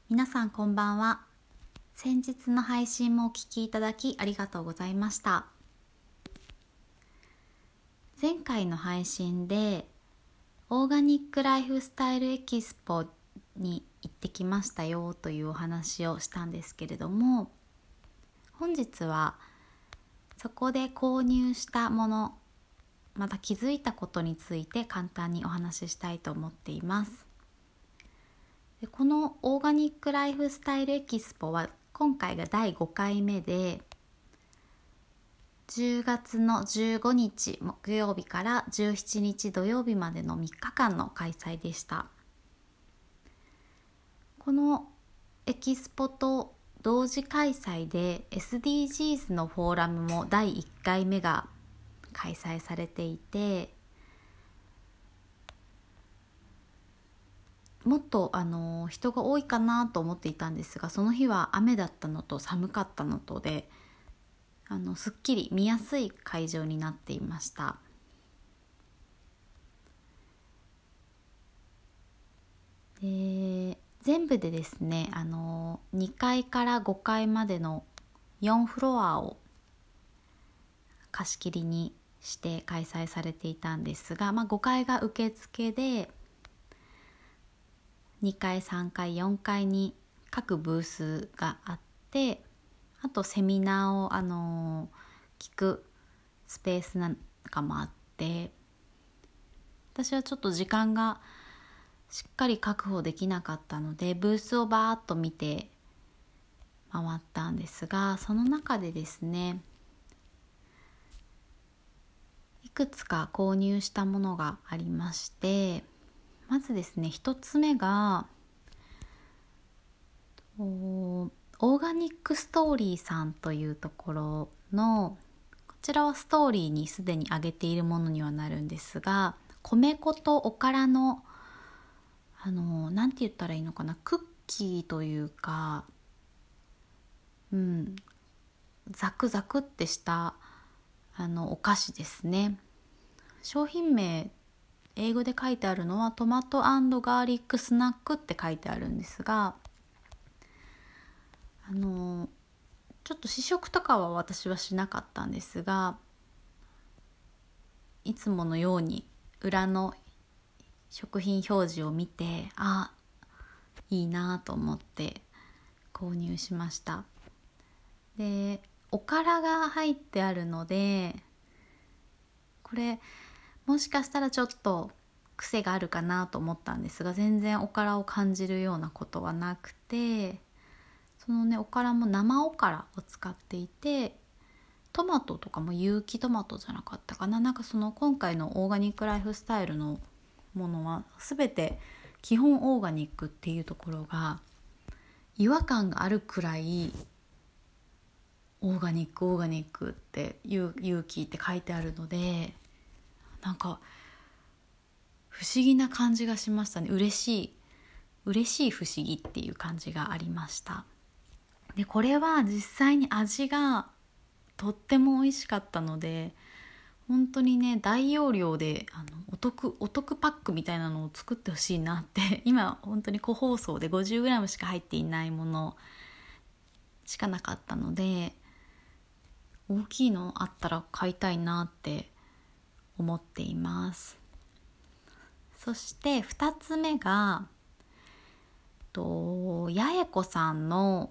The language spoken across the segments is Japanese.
皆さんこんばんは。先日の配信もお聞きいただきありがとうございました。前回の配信でオーガニックライフスタイルエキスポに行ってきましたよというお話をしたんですけれども、本日はそこで購入したもの、また気づいたことについて簡単にお話ししたいと思っています。でこのオーガニックライフスタイルエキスポは今回が第5回目で、10月の15日木曜日から17日土曜日までの3日間の開催でした。このエキスポと同時開催で SDGs のフォーラムも第1回目が開催されていて、もっと人が多いかなと思っていたんですが、その日は雨だったのと寒かったのとですっきり見やすい会場になっていました。全部でですね2階から5階までの4フロアを貸し切りにして開催されていたんですが、5階が受付で、2階3階4階に各ブースがあって、あとセミナーを聞くスペースなんかもあって、私はちょっと時間がしっかり確保できなかったのでブースをバーッと見て回ったんですが、その中でですねいくつか購入したものがありまして、まずですね一つ目がオーガニックストーリーさんというところの、こちらはストーリーにすでに上げているものにはなるんですが、米粉とおからのなんて言ったらいいのかな、クッキーというか、ザクザクってしたお菓子ですね。商品名英語で書いてあるのはトマト&ガーリックスナックって書いてあるんですが、ちょっと試食とかは私はしなかったんですが、いつものように裏の食品表示を見て、いいなと思って購入しました。で、おからが入ってあるので、これもしかしたらちょっと癖があるかなと思ったんですが、全然おからを感じるようなことはなくて、そのねおからも生おからを使っていて、トマトとかも有機トマトじゃなかったかな、なんかその今回のオーガニックライフスタイルのものは全て基本オーガニックっていうところが違和感があるくらいオーガニックって有機って書いてあるので、なんか不思議な感じがしましたね。嬉しい不思議っていう感じがありました。でこれは実際に味がとっても美味しかったので、本当にね大容量でお得パックみたいなのを作ってほしいなって今本当に個包装で 50g しか入っていないものしかなかったので、大きいのあったら買いたいなって思っています。そして2つ目が八重子さんの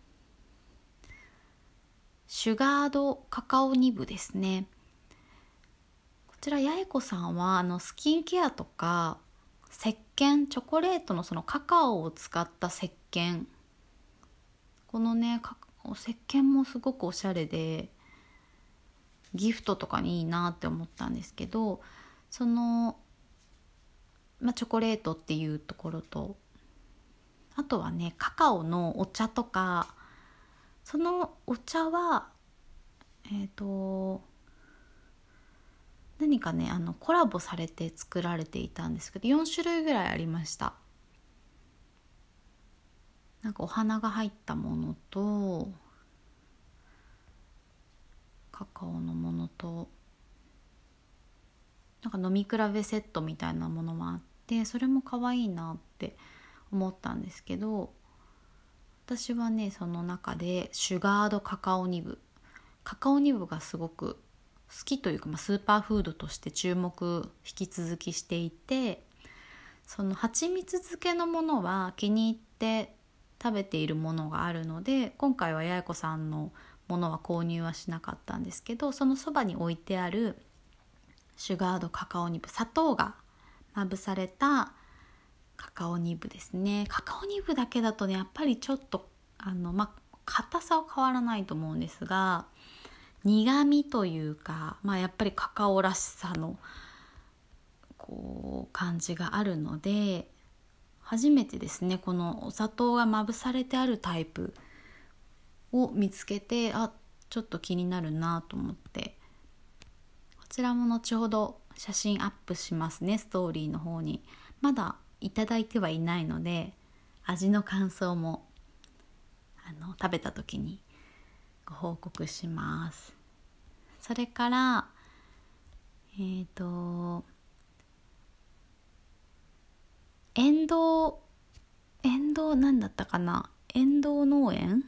シュガードカカオニブですね。こちら八重子さんはスキンケアとか石鹸、チョコレートのそのカカオを使った石鹸、このね石鹸もすごくおしゃれでギフトとかにいいなって思ったんですけど、そのチョコレートっていうところと、あとはねカカオのお茶とか、そのお茶は何かねコラボされて作られていたんですけど、4種類ぐらいありました。なんかお花が入ったものとカカオのものと、なんか飲み比べセットみたいなものもあって、それも可愛いなって思ったんですけど、 私はねその中でシュガードカカオニブがすごく好きというか、スーパーフードとして注目引き続きしていて、その蜂蜜漬けのものは気に入って食べているものがあるので、今回は八重子さんのものは購入はしなかったんですけど、そのそばに置いてあるシュガードカカオニブ、砂糖がまぶされたカカオニブですね。カカオニブだけだとねやっぱりちょっと硬さは変わらないと思うんですが、苦味というか、やっぱりカカオらしさのこう感じがあるので、初めてですねこのお砂糖がまぶされてあるタイプを見つけて、ちょっと気になるなと思って、こちらも後ほど写真アップしますね、ストーリーの方に。まだいただいてはいないので、味の感想も食べた時にご報告します。それからエンドウなんだったかな、エンドウ農園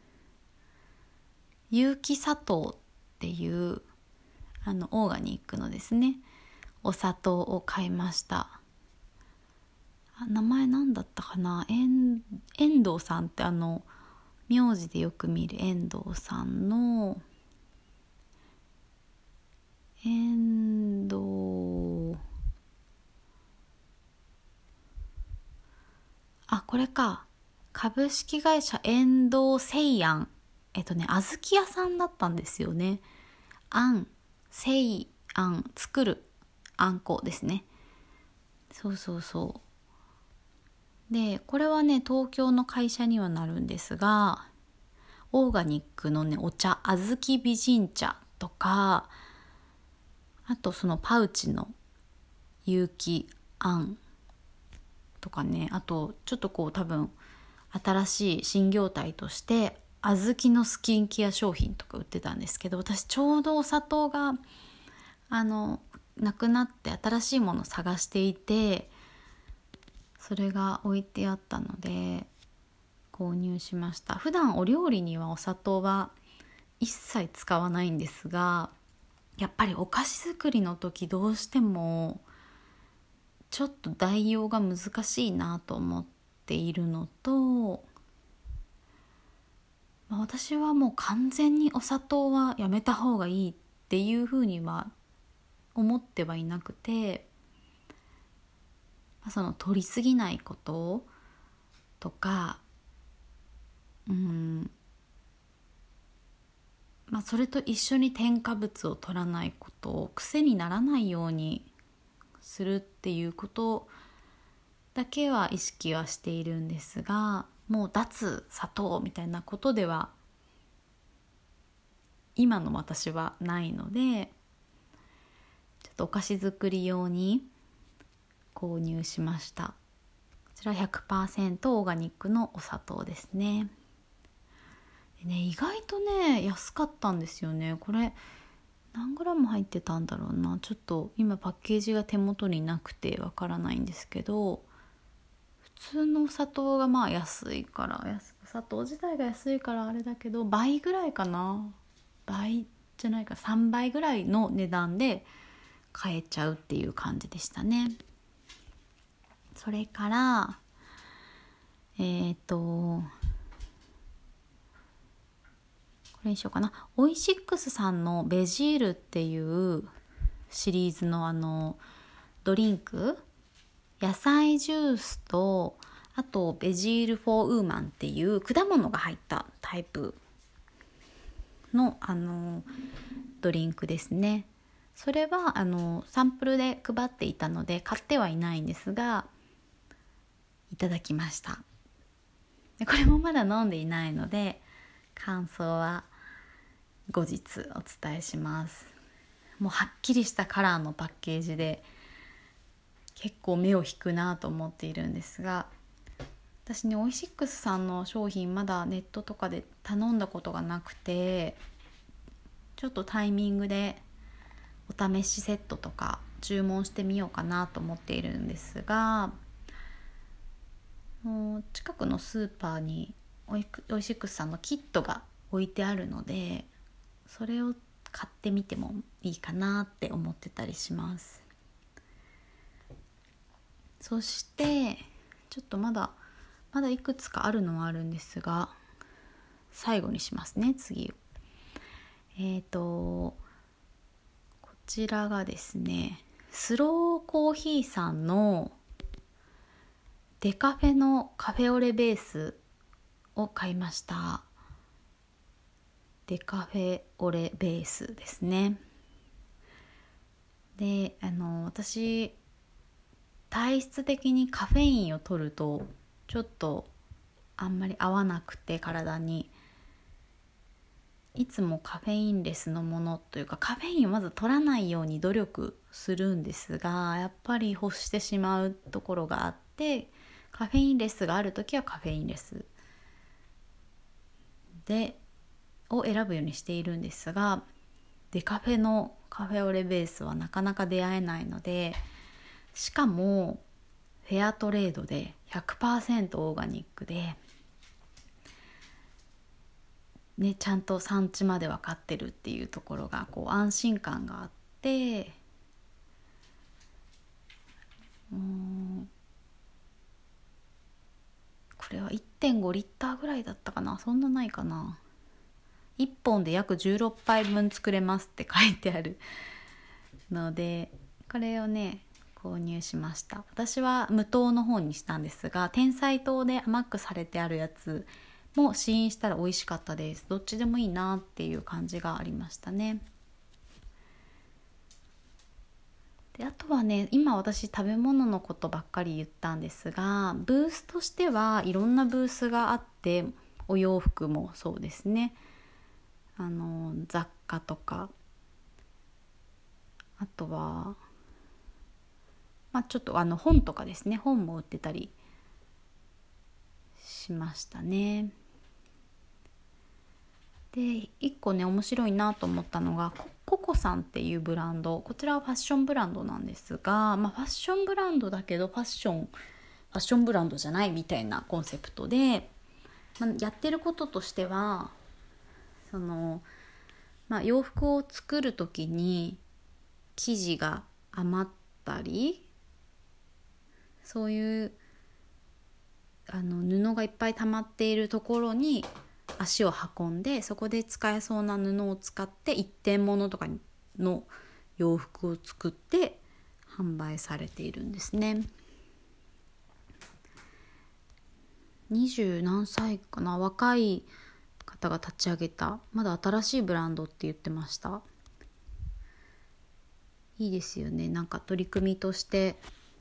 有機砂糖っていうオーガニックのですねお砂糖を買いました。名前なんだったかな、遠藤さんって名字でよく見る遠藤さんのこれか、株式会社遠藤製あん、小豆屋さんだったんですよね。製あん、作るあんこですね。そうで、これはね東京の会社にはなるんですが、オーガニックのねお茶、小豆美人茶とか、あとそのパウチの有機あんとかね、あとちょっと多分新しい新業態として小豆のスキンケア商品とか売ってたんですけど、私ちょうどお砂糖がなくなって新しいものを探していて、それが置いてあったので購入しました。普段お料理にはお砂糖は一切使わないんですが、やっぱりお菓子作りの時どうしてもちょっと代用が難しいなと思っているのと、私はもう完全にお砂糖はやめた方がいいっていうふうには思ってはいなくて、その取りすぎないこととか、それと一緒に添加物を取らないことを癖にならないようにするっていうことだけは意識はしているんですが、もう脱砂糖みたいなことでは今の私はないので、ちょっとお菓子作り用に購入しました。こちら 100% オーガニックのお砂糖ですね。でね、意外とね安かったんですよね。これ何グラム入ってたんだろうな、ちょっと今パッケージが手元になくてわからないんですけど、普通のお砂糖が安いから、お砂糖自体が安いからあれだけど、倍ぐらいかな、倍じゃないか3倍ぐらいの値段で買えちゃうっていう感じでしたね。それからこれにしようかな、オイシックスさんのベジールっていうシリーズのドリンク、野菜ジュースと、あとベジールフォーウーマンっていう果物が入ったタイプのドリンクですね。それはサンプルで配っていたので買ってはいないんですが、いただきました。でこれもまだ飲んでいないので感想は後日お伝えします。もうはっきりしたカラーのパッケージで結構目を引くなと思っているんですが、私ねオイシックスさんの商品まだネットとかで頼んだことがなくて、ちょっとタイミングでお試しセットとか注文してみようかなと思っているんですが、もう近くのスーパーにオイシックスさんのキットが置いてあるので、それを買ってみてもいいかなって思ってたりします。そしてちょっとまだいくつかあるのはあるんですが、最後にしますね、次。こちらがですね、スローコーヒーさんのデカフェのカフェオレベースを買いました。デカフェオレベースですね。で、私体質的にカフェインを取るとちょっとあんまり合わなくて、体にいつもカフェインレスのものというか、カフェインをまず取らないように努力するんですが、やっぱり欲してしまうところがあって、カフェインレスがあるときはカフェインレスを選ぶようにしているんですが、デカフェのカフェオレベースはなかなか出会えないので、しかもフェアトレードで 100% オーガニックで、ね、ちゃんと産地まで分かってるっていうところが安心感があって、これは 1.5 リッターぐらいだったかな、そんなないかな。1本で約16杯分作れますって書いてあるので、これをね購入しました。私は無糖の方にしたんですが、天才糖で甘くされてあるやつも試飲したら美味しかったです。どっちでもいいなっていう感じがありましたね。で、あとはね、今私食べ物のことばっかり言ったんですが、ブースとしてはいろんなブースがあって、お洋服もそうですね、雑貨とか、あとはちょっと本とかですね、本も売ってたりしましたね。で、一個ね面白いなと思ったのがココさんっていうブランド。こちらはファッションブランドなんですが、ファッションブランドだけどファッションブランドじゃないみたいなコンセプトで、やってることとしては、洋服を作る時に生地が余ったり、そういう布がいっぱい溜まっているところに足を運んで、そこで使えそうな布を使って一点物とかの洋服を作って販売されているんですね。20何歳かな、若い方が立ち上げた、まだ新しいブランドって言ってました。いいですよね、なんか取り組みとして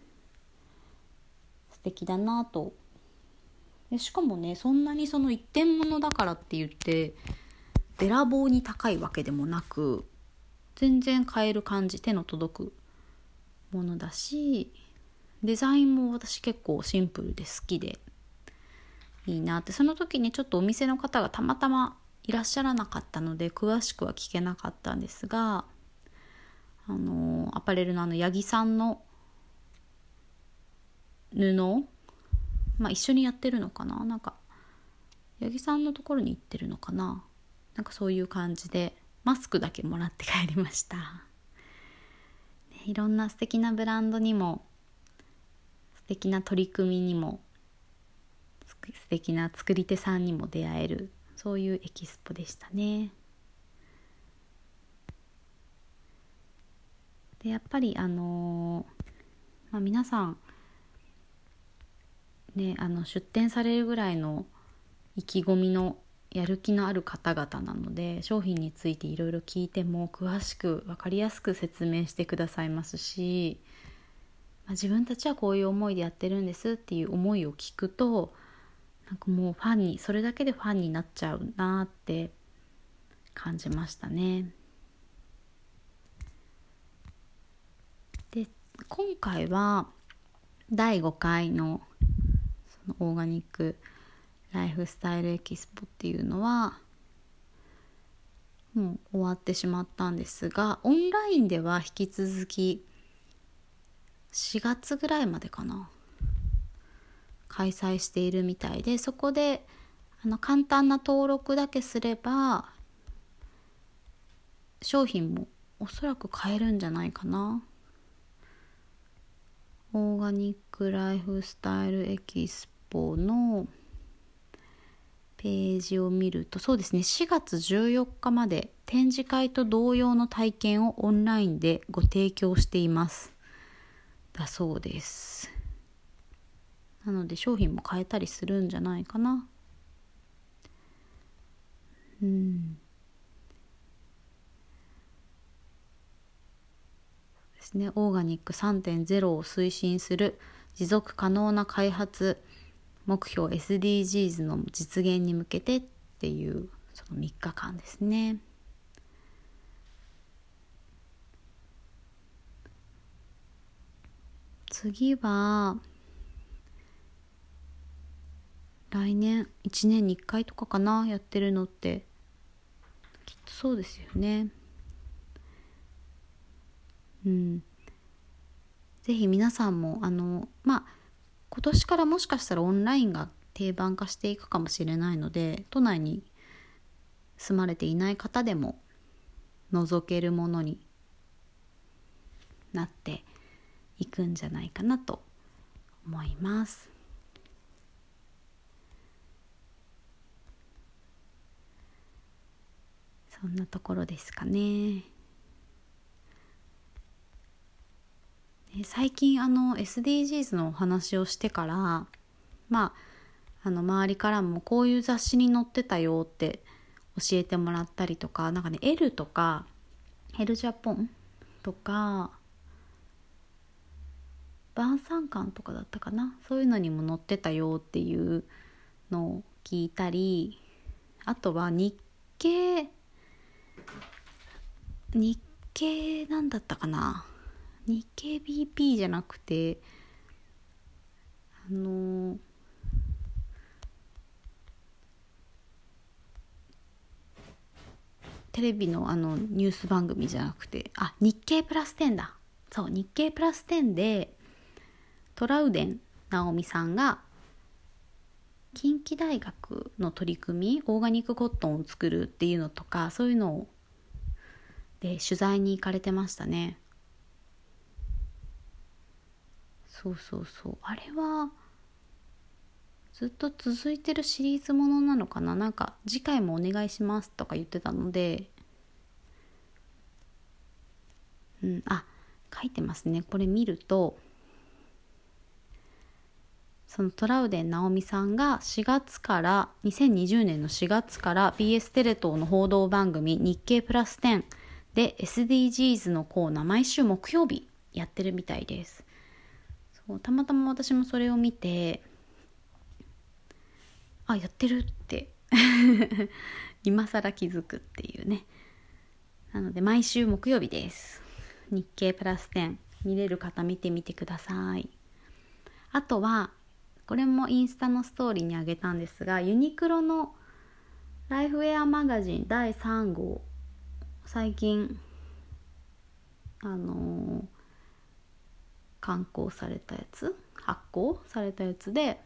素敵だなと。でしかもね、そんなにその一点物だからって言ってべらぼうに高いわけでもなく、全然買える感じ、手の届くものだし、デザインも私結構シンプルで好きでいいなって。その時にちょっとお店の方がたまたまいらっしゃらなかったので詳しくは聞けなかったんですが、アパレルの八木さんの布、一緒にやってるのかな、なんか八木さんのところに行ってるのかな、なんかそういう感じでマスクだけもらって帰りました、いろんな素敵なブランドにも素敵な取り組みにも素敵な作り手さんにも出会える、そういうエキスポでしたね。で、やっぱり皆さんね、出展されるぐらいの意気込みのやる気のある方々なので、商品についていろいろ聞いても詳しく分かりやすく説明してくださいますし、自分たちはこういう思いでやってるんですっていう思いを聞くと、なんかもうそれだけでファンになっちゃうなって感じましたね。で、今回は第5回のそのオーガニックライフスタイルエキスポっていうのはもう終わってしまったんですが、オンラインでは引き続き4月ぐらいまでかな開催しているみたいで、そこで簡単な登録だけすれば商品もおそらく買えるんじゃないかな。オーガニックライフスタイルエキスポのページを見ると、そうですね、4月14日まで展示会と同様の体験をオンラインでご提供していますだそうです。なので商品も買えたりするんじゃないかな。ですね、オーガニック 3.0 を推進する持続可能な開発目標 SDGs の実現に向けてっていうその3日間ですね。次は来年1年に1回とかかな、やってるのって。きっとそうですよね。ぜひ皆さんも今年からもしかしたらオンラインが定番化していくかもしれないので、都内に住まれていない方でも覗けるものになっていくんじゃないかなと思います。そんなところですかね。最近SDGs のお話をしてから、周りからもこういう雑誌に載ってたよって教えてもらったりとか、L とかヘルジャポンとか晩餐館とかだったかな、そういうのにも載ってたよっていうのを聞いたり、あとは日経なんだったかな、日経 BP じゃなくてテレビのニュース番組じゃなくて日経プラス10だ。そう、日経プラス10でトラウデン直美さんが近畿大学の取り組み、オーガニックコットンを作るっていうのとか、そういうので取材に行かれてましたね。そうあれはずっと続いてるシリーズものなのかな。次回もお願いしますとか言ってたので、書いてますね。これ見ると、そのトラウデン直美さんが2020年の4月から BS テレ東の報道番組日経プラス10で SDGs のコーナー毎週木曜日やってるみたいです。そう、たまたま私もそれを見て、やってるって今更気づくっていうね。なので毎週木曜日です。日経プラス10見れる方見てみてください。あとはこれもインスタのストーリーにあげたんですが、ユニクロのライフウェアマガジン第3号、最近発行されたやつで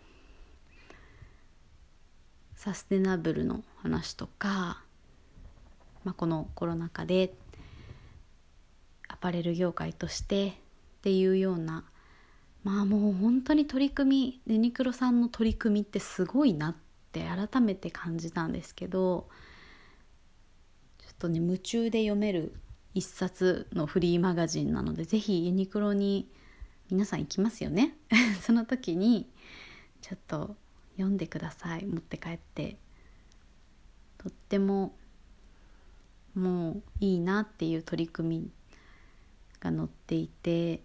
サステナブルの話とか、このコロナ禍でアパレル業界としてっていうような、もう本当にユニクロさんの取り組みってすごいなって改めて感じたんですけど、ちょっとね夢中で読める一冊のフリーマガジンなので、ぜひユニクロに皆さん行きますよねその時にちょっと読んでください。持って帰って、とってももういいなっていう取り組みが載っていて、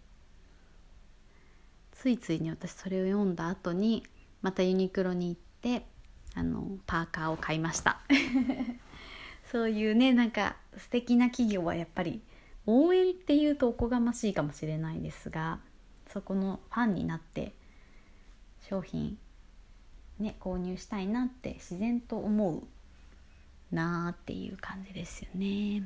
ついついに私それを読んだ後にまたユニクロに行ってパーカーを買いましたそういうね、素敵な企業はやっぱり応援っていうとおこがましいかもしれないですが、そこのファンになって商品ね購入したいなって自然と思うなっていう感じですよね。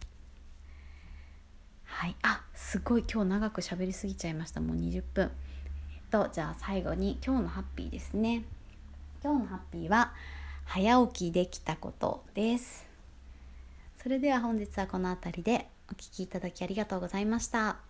はい、すごい今日長く喋りすぎちゃいました。もう20分。じゃあ最後に今日のハッピーですね。今日のハッピーは早起きできたことです。それでは本日はこの辺りでお聞きいただきありがとうございました。